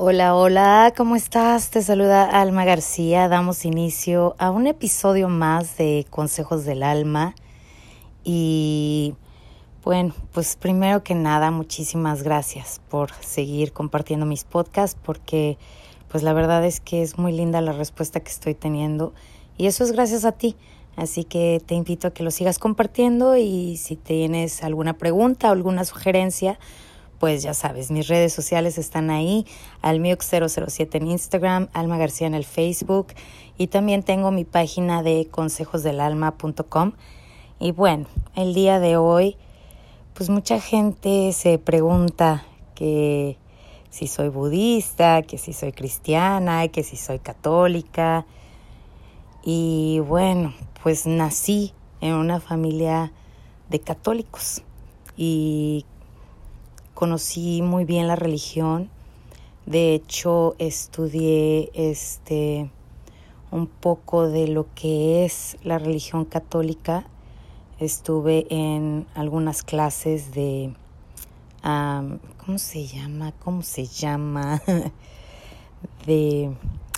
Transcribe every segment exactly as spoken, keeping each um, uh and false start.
Hola, hola, ¿cómo estás? Te saluda Alma García. Damos inicio a un episodio más de Consejos del Alma. Y bueno, pues primero que nada, muchísimas gracias por seguir compartiendo mis podcasts, porque pues la verdad es que es muy linda la respuesta que estoy teniendo y eso es gracias a ti. Así que te invito a que lo sigas compartiendo y si tienes alguna pregunta o alguna sugerencia, pues ya sabes, mis redes sociales están ahí, almiux cero cero siete en Instagram, Alma García en el Facebook y también tengo mi página de consejos del alma punto com. Y bueno, el día de hoy, pues mucha gente se pregunta que si soy budista, que si soy cristiana, que si soy católica. Y bueno, pues nací en una familia de católicos y conocí muy bien la religión. De hecho, estudié este un poco de lo que es la religión católica. Estuve en algunas clases de um, ¿cómo se llama? ¿Cómo se llama? de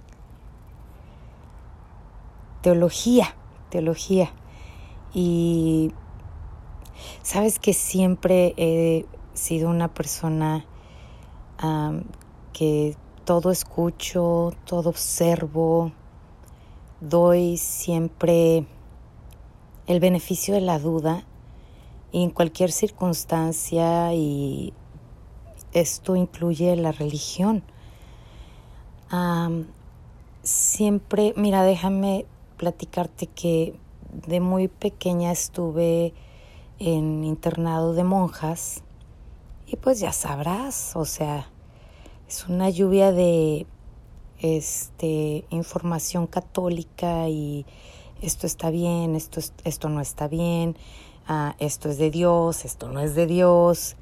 teología, teología. Y sabes que siempre he sido una persona um, que todo escucho, todo observo, doy siempre el beneficio de la duda y en cualquier circunstancia, y esto incluye la religión. Um, siempre, mira, déjame platicarte que de muy pequeña estuve en internado de monjas y pues ya sabrás, o sea, es una lluvia de este información católica y esto está bien, esto, es, esto no está bien, uh, esto es de Dios, esto no es de Dios.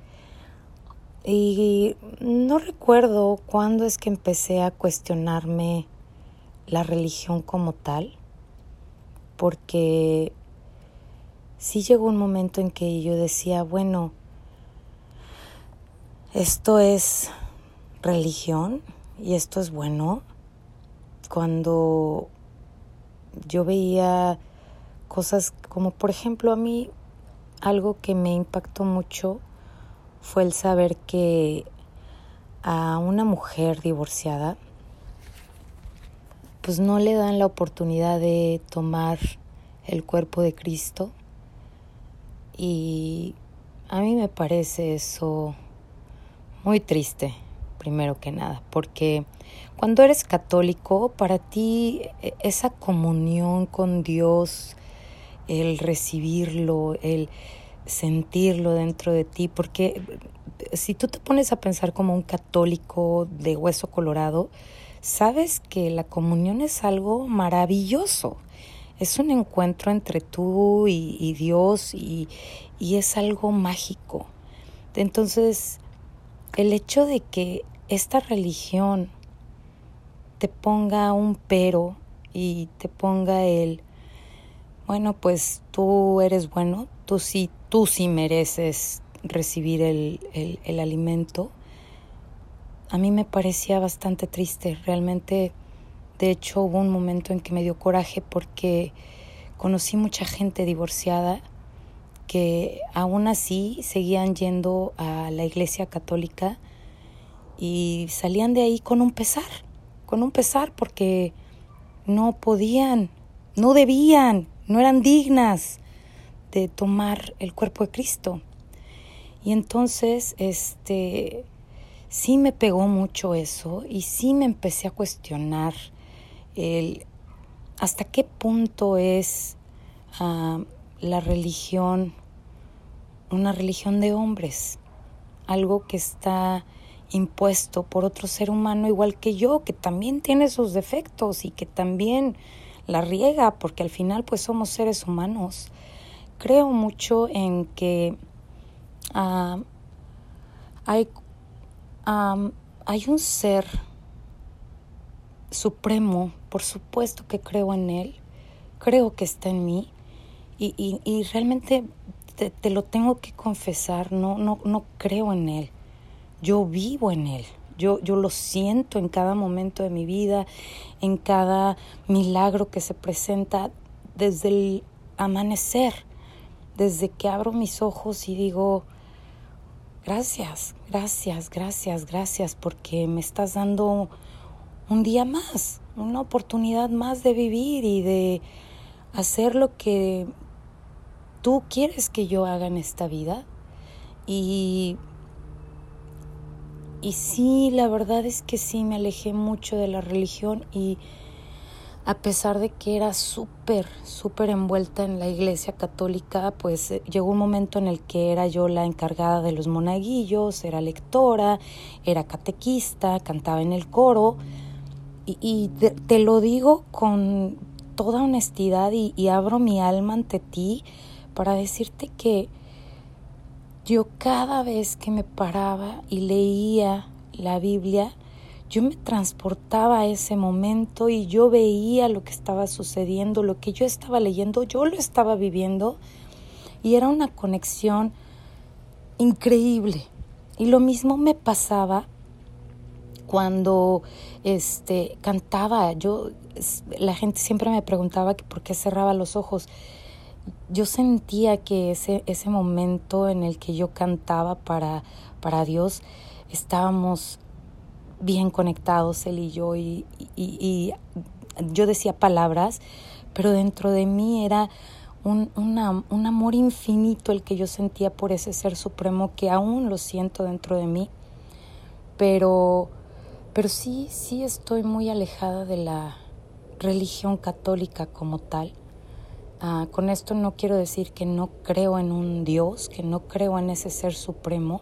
Y no recuerdo cuándo es que empecé a cuestionarme la religión como tal, porque sí llegó un momento en que yo decía, bueno, esto es religión y esto es bueno. Cuando yo veía cosas como, por ejemplo, a mí algo que me impactó mucho fue el saber que a una mujer divorciada pues no le dan la oportunidad de tomar el cuerpo de Cristo, y a mí me parece eso muy triste, primero que nada, porque cuando eres católico, para ti esa comunión con Dios, el recibirlo, el sentirlo dentro de ti, porque si tú te pones a pensar como un católico de hueso colorado, sabes que la comunión es algo maravilloso. Es un encuentro entre tú y, y Dios y, y es algo mágico. Entonces, el hecho de que esta religión te ponga un pero y te ponga el, bueno, pues tú eres bueno, tú sí, tú sí mereces recibir el, el, el alimento, a mí me parecía bastante triste. Realmente, de hecho, hubo un momento en que me dio coraje porque conocí mucha gente divorciada que aún así seguían yendo a la iglesia católica y salían de ahí con un pesar, con un pesar porque no podían, no debían, no eran dignas de tomar el cuerpo de Cristo. Y entonces, este, sí me pegó mucho eso y sí me empecé a cuestionar el hasta qué punto es uh, la religión una religión de hombres, algo que está impuesto por otro ser humano igual que yo, que también tiene sus defectos y que también la riega, porque al final pues somos seres humanos. Creo mucho en que uh, hay, um, hay un ser supremo, por supuesto que creo en él, creo que está en mí y, y, y realmente te, te lo tengo que confesar, no, no, no creo en él, yo vivo en él, Yo, yo lo siento en cada momento de mi vida, en cada milagro que se presenta desde el amanecer, desde que abro mis ojos y digo, gracias, gracias, gracias, gracias, porque me estás dando un día más, una oportunidad más de vivir y de hacer lo que tú quieres que yo haga en esta vida. Y, y sí, la verdad es que sí, me alejé mucho de la religión y a pesar de que era súper, súper envuelta en la iglesia católica, pues eh, llegó un momento en el que era yo la encargada de los monaguillos, era lectora, era catequista, cantaba en el coro y, y te, te lo digo con toda honestidad y, y abro mi alma ante ti para decirte que yo cada vez que me paraba y leía la Biblia, yo me transportaba a ese momento y yo veía lo que estaba sucediendo, lo que yo estaba leyendo, yo lo estaba viviendo y era una conexión increíble. Y lo mismo me pasaba cuando este, cantaba. Yo, la gente siempre me preguntaba que por qué cerraba los ojos. Yo sentía que ese, ese momento en el que yo cantaba para, para Dios, estábamos bien conectados él y yo y, y, y yo decía palabras, pero dentro de mí era un, una, un amor infinito el que yo sentía por ese ser supremo que aún lo siento dentro de mí, pero, pero sí, sí estoy muy alejada de la religión católica como tal. Uh, con esto no quiero decir que no creo en un Dios, que no creo en ese ser supremo,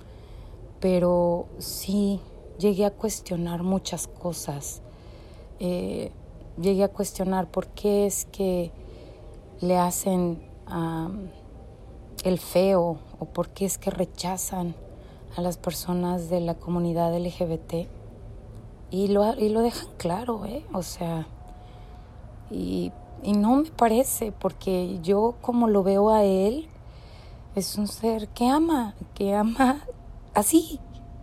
pero sí llegué a cuestionar muchas cosas. Eh, llegué a cuestionar por qué es que le hacen um, el feo o por qué es que rechazan a las personas de la comunidad L G B T y lo, y lo dejan claro, ¿eh? O sea, y Y no me parece, porque yo como lo veo a él, es un ser que ama, que ama así.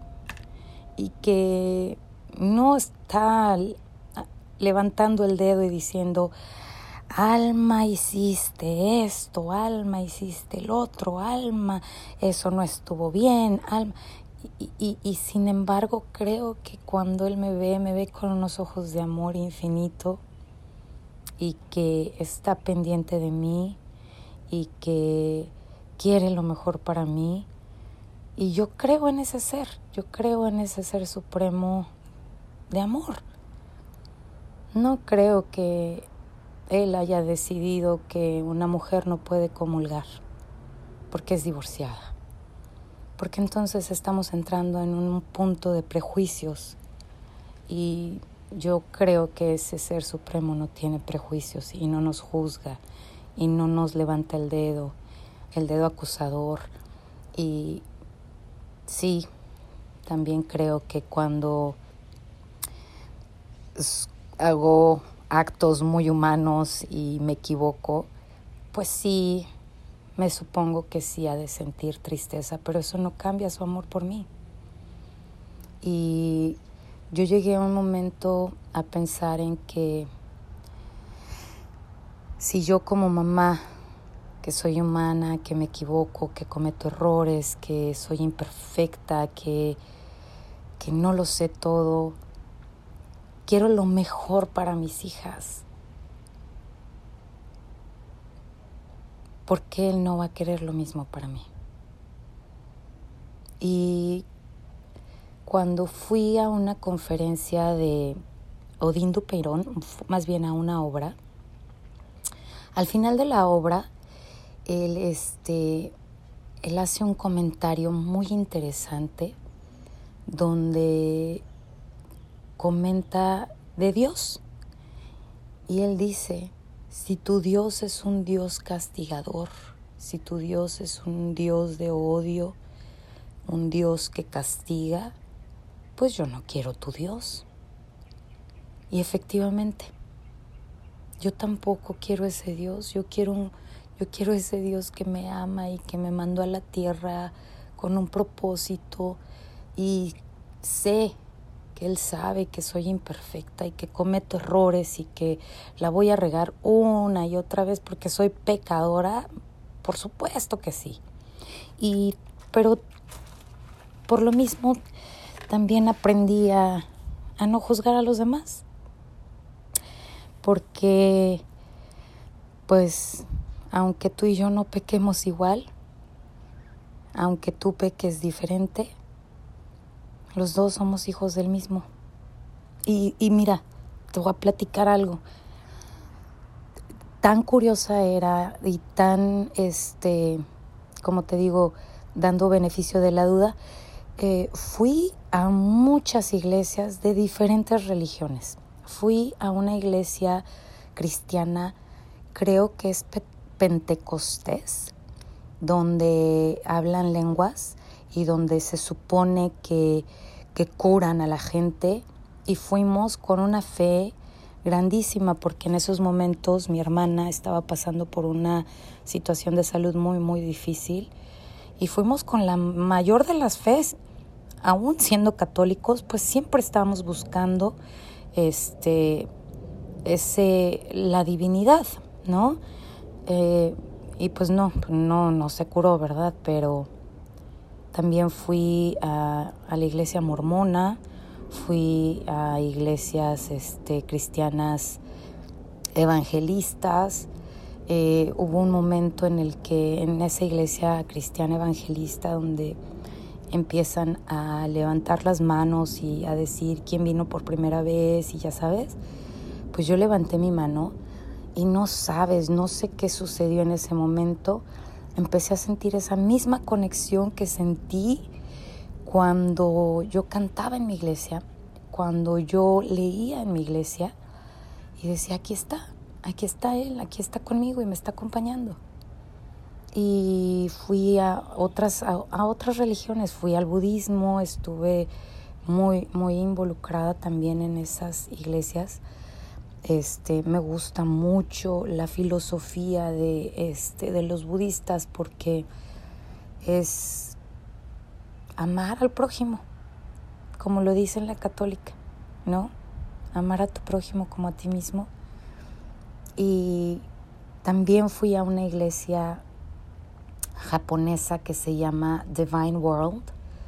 Y que no está levantando el dedo y diciendo, Alma, hiciste esto, Alma, hiciste el otro, Alma, eso no estuvo bien, Alma. Y, y, y sin embargo creo que cuando él me ve, me ve con unos ojos de amor infinito, y que está pendiente de mí y que quiere lo mejor para mí. Y yo creo en ese ser, yo creo en ese ser supremo de amor. No creo que él haya decidido que una mujer no puede comulgar porque es divorciada. Porque entonces estamos entrando en un punto de prejuicios y yo creo que ese ser supremo no tiene prejuicios y no nos juzga y no nos levanta el dedo, el dedo acusador. Y sí, también creo que cuando hago actos muy humanos y me equivoco, pues sí, me supongo que sí ha de sentir tristeza, pero eso no cambia su amor por mí. Y yo llegué a un momento a pensar en que si yo como mamá, que soy humana, que me equivoco, que cometo errores, que soy imperfecta, que, que no lo sé todo, quiero lo mejor para mis hijas, ¿por qué él no va a querer lo mismo para mí? Y cuando fui a una conferencia de Odín Dupeirón, más bien a una obra, al final de la obra, él, este, él hace un comentario muy interesante donde comenta de Dios. Y él dice, si tu Dios es un Dios castigador, si tu Dios es un Dios de odio, un Dios que castiga, pues yo no quiero tu Dios. Y efectivamente, yo tampoco quiero ese Dios. Yo quiero un, yo quiero ese Dios que me ama y que me mandó a la tierra con un propósito. Y sé porque Él sabe que soy imperfecta y que cometo errores y que la voy a regar una y otra vez porque soy pecadora. Por supuesto que sí. Y, pero por lo mismo también aprendí a, a no juzgar a los demás. Porque, pues, aunque tú y yo no pequemos igual, aunque tú peques diferente, los dos somos hijos del mismo. Y, y mira, te voy a platicar algo. Tan curiosa era y tan, este, como te digo, dando beneficio de la duda, eh, fui a muchas iglesias de diferentes religiones. Fui a una iglesia cristiana, creo que es pe- pentecostés, donde hablan lenguas y donde se supone que, que curan a la gente, y fuimos con una fe grandísima porque en esos momentos mi hermana estaba pasando por una situación de salud muy muy difícil y fuimos con la mayor de las fes. Aún siendo católicos, pues siempre estábamos buscando este ese la divinidad, ¿no? Eh, y pues no, no, no se curó, ¿verdad? Pero también fui a, a la iglesia mormona, fui a iglesias este, cristianas evangelistas. Eh, hubo un momento en el que en esa iglesia cristiana evangelista donde empiezan a levantar las manos y a decir quién vino por primera vez y ya sabes, pues yo levanté mi mano y no sabes, no sé qué sucedió en ese momento. Empecé a sentir esa misma conexión que sentí cuando yo cantaba en mi iglesia, cuando yo leía en mi iglesia y decía, aquí está, aquí está Él, aquí está conmigo y me está acompañando. Y fui a otras, a, a otras religiones, fui al budismo, estuve muy, muy involucrada también en esas iglesias. Este, me gusta mucho la filosofía de, este, de los budistas porque es amar al prójimo, como lo dice en la católica, ¿no? Amar a tu prójimo como a ti mismo. Y también fui a una iglesia japonesa que se llama Divine World,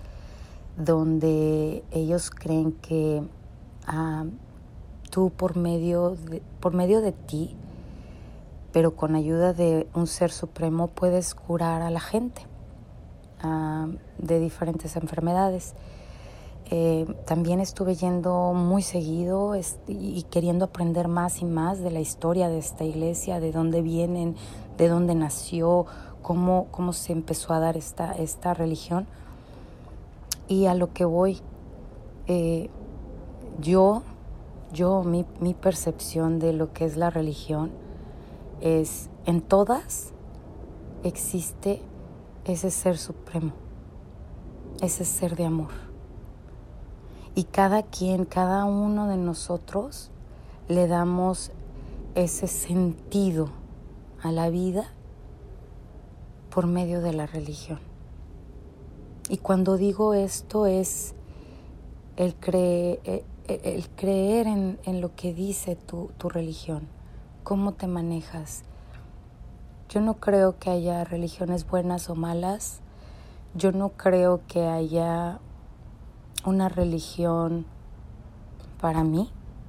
donde ellos creen que uh, tú por medio de, por medio de ti, pero con ayuda de un ser supremo, puedes curar a la gente uh, de diferentes enfermedades. Eh, también estuve yendo muy seguido este, y queriendo aprender más y más de la historia de esta iglesia, de dónde vienen, de dónde nació, cómo, cómo se empezó a dar esta, esta religión. Y a lo que voy, eh, yo, yo mi, mi percepción de lo que es la religión es, en todas existe ese ser supremo, ese ser de amor. Y cada quien, cada uno de nosotros le damos ese sentido a la vida por medio de la religión. Y cuando digo esto es el, cre- el creer en, en lo que dice tu, tu religión, cómo te manejas. Yo no creo que haya religiones buenas o malas. Yo no creo que haya una religión para mí.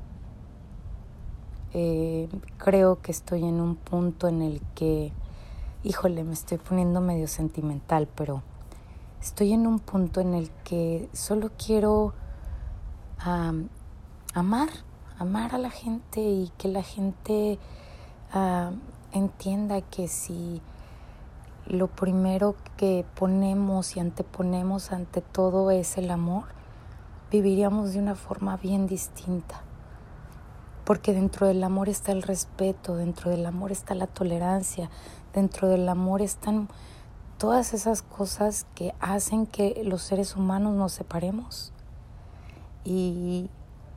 Eh, creo que estoy en un punto en el que, híjole, me estoy poniendo medio sentimental, pero estoy en un punto en el que solo quiero um, amar, amar a la gente y que la gente uh, entienda que si lo primero que ponemos y anteponemos ante todo es el amor, viviríamos de una forma bien distinta. Porque dentro del amor está el respeto, dentro del amor está la tolerancia, dentro del amor están todas esas cosas que hacen que los seres humanos nos separemos. Y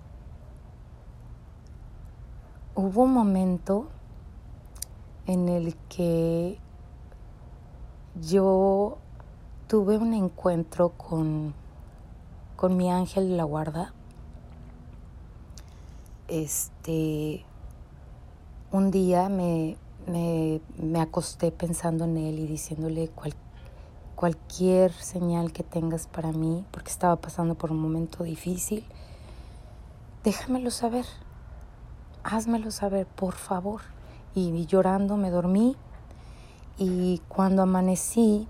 hubo un momento en el que yo tuve un encuentro con, con mi ángel de la guarda este, un día me, me, me acosté pensando en él y diciéndole cual, cualquier señal que tengas para mí, porque estaba pasando por un momento difícil, déjamelo saber, házmelo saber, por favor. Y, y llorando me dormí, y cuando amanecí,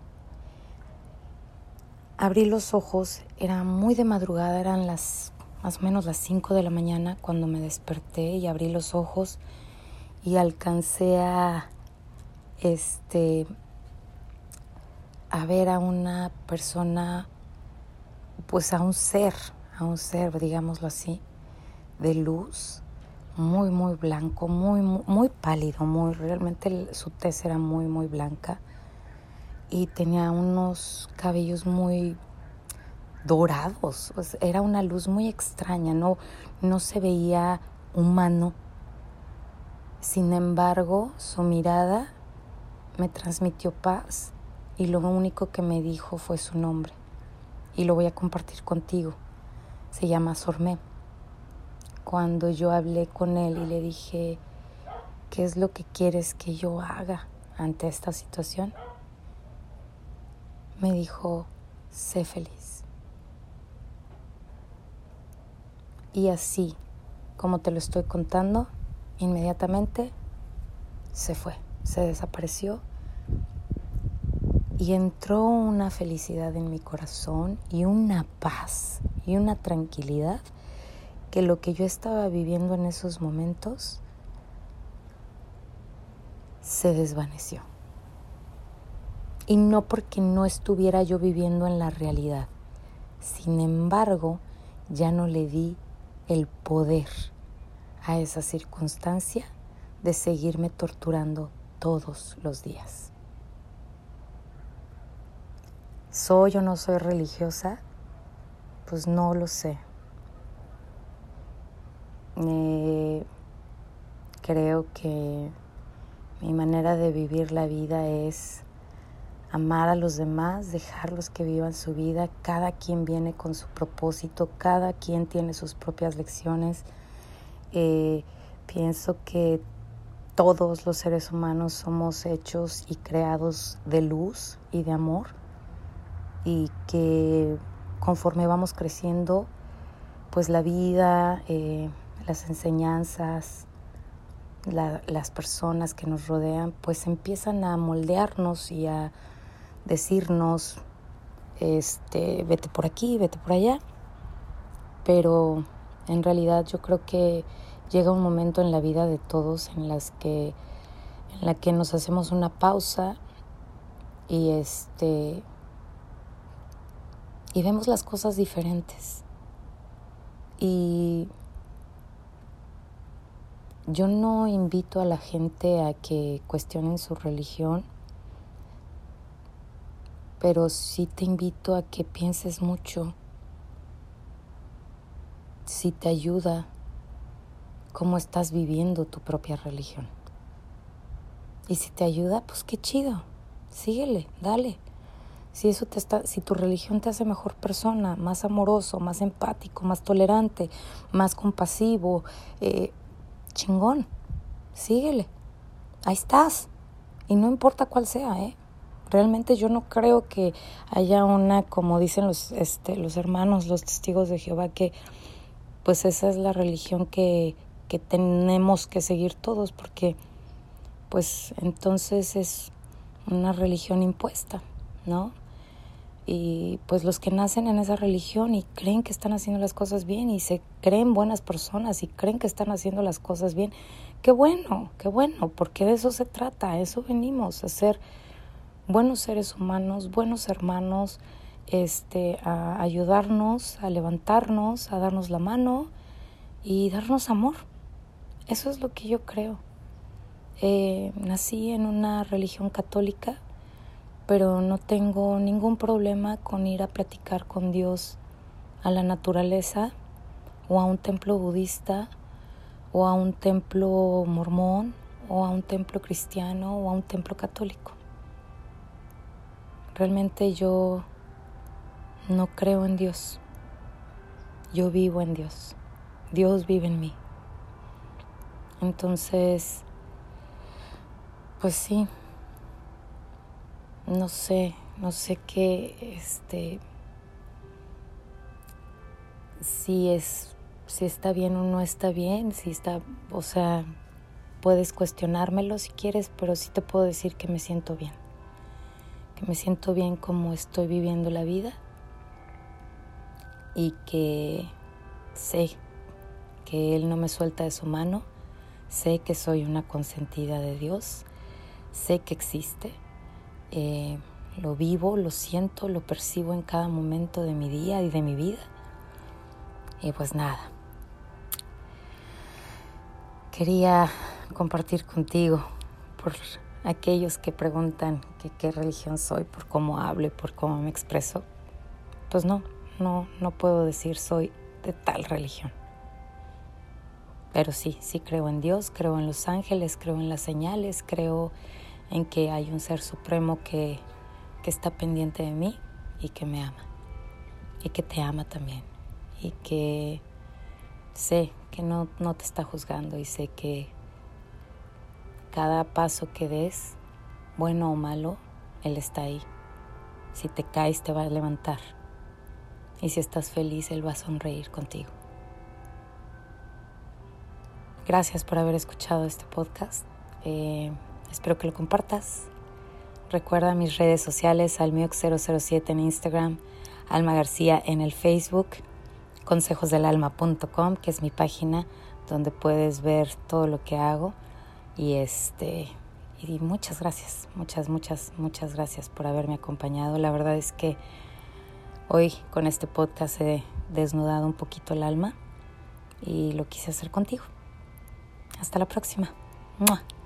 abrí los ojos, era muy de madrugada, eran las más o menos las cinco de la mañana cuando me desperté y abrí los ojos y alcancé a, este, a ver a una persona, pues a un ser, a un ser, digámoslo así, de luz, muy, muy blanco, muy, muy, muy pálido, muy, realmente su tez era muy, muy blanca y tenía unos cabellos muy dorados, pues era una luz muy extraña, no, no se veía humano. Sin embargo, su mirada me transmitió paz y lo único que me dijo fue su nombre y lo voy a compartir contigo. Se llama Sormé. Cuando yo hablé con él y le dije, ¿qué es lo que quieres que yo haga ante esta situación? Me dijo, sé feliz. Y así, como te lo estoy contando, inmediatamente se fue, se desapareció y entró una felicidad en mi corazón y una paz y una tranquilidad que lo que yo estaba viviendo en esos momentos se desvaneció. Y no porque no estuviera yo viviendo en la realidad. Sin embargo, ya no le di el poder a esa circunstancia de seguirme torturando todos los días. ¿Soy o no soy religiosa? Pues no lo sé. Eh, creo que mi manera de vivir la vida es amar a los demás, dejarlos que vivan su vida. Cada quien viene con su propósito, cada quien tiene sus propias lecciones. Eh, pienso que todos los seres humanos somos hechos y creados de luz y de amor, y que conforme vamos creciendo, pues la vida, eh, las enseñanzas, la, las personas que nos rodean, pues empiezan a moldearnos y a decirnos, este, vete por aquí, vete por allá. Pero en realidad yo creo que llega un momento en la vida de todos en las que, en la que nos hacemos una pausa y este y vemos las cosas diferentes. Y yo no invito a la gente a que cuestionen su religión, pero sí te invito a que pienses mucho si te ayuda cómo estás viviendo tu propia religión. Y si te ayuda, pues qué chido, síguele, dale. Si eso te está, si tu religión te hace mejor persona, más amoroso, más empático, más tolerante, más compasivo, eh, chingón, síguele. Ahí estás. Y no importa cuál sea, ¿eh? Realmente yo no creo que haya una, como dicen los, este, los hermanos, los testigos de Jehová, que pues esa es la religión que, que tenemos que seguir todos, porque pues entonces es una religión impuesta, ¿no? Y pues los que nacen en esa religión y creen que están haciendo las cosas bien y se creen buenas personas y creen que están haciendo las cosas bien, qué bueno, qué bueno, porque de eso se trata, a eso venimos, a ser buenos seres humanos, buenos hermanos, este, a ayudarnos, a levantarnos, a darnos la mano y darnos amor. Eso es lo que yo creo. Eh, nací en una religión católica, pero no tengo ningún problema con ir a platicar con Dios a la naturaleza o a un templo budista o a un templo mormón o a un templo cristiano o a un templo católico. Realmente yo no creo en Dios. Yo vivo en Dios. Dios vive en mí. Entonces, pues sí, no sé, no sé qué, este, si es, si está bien o no está bien, si está, o sea, puedes cuestionármelo si quieres, pero sí te puedo decir que me siento bien, que me siento bien como estoy viviendo la vida y que sé que Él no me suelta de su mano, sé que soy una consentida de Dios, sé que existe, eh, lo vivo, lo siento, lo percibo en cada momento de mi día y de mi vida. Y pues nada, quería compartir contigo por aquellos que preguntan que qué religión soy, por cómo hablo y por cómo me expreso. Pues no, no, no puedo decir soy de tal religión. Pero sí, sí creo en Dios, creo en los ángeles, creo en las señales, creo en que hay un ser supremo que, que está pendiente de mí y que me ama. Y que te ama también. Y que sé que no, no te está juzgando y sé que cada paso que des, bueno o malo, Él está ahí. Si te caes, te va a levantar. Y si estás feliz, Él va a sonreír contigo. Gracias por haber escuchado este podcast. Eh, espero que lo compartas. Recuerda mis redes sociales, almiox cero cero siete en Instagram, Alma García en el Facebook, consejos del alma punto com, que es mi página donde puedes ver todo lo que hago. Y este y muchas gracias, muchas, muchas, muchas gracias por haberme acompañado. La verdad es que hoy con este podcast he desnudado un poquito el alma y lo quise hacer contigo. Hasta la próxima. ¡Mua!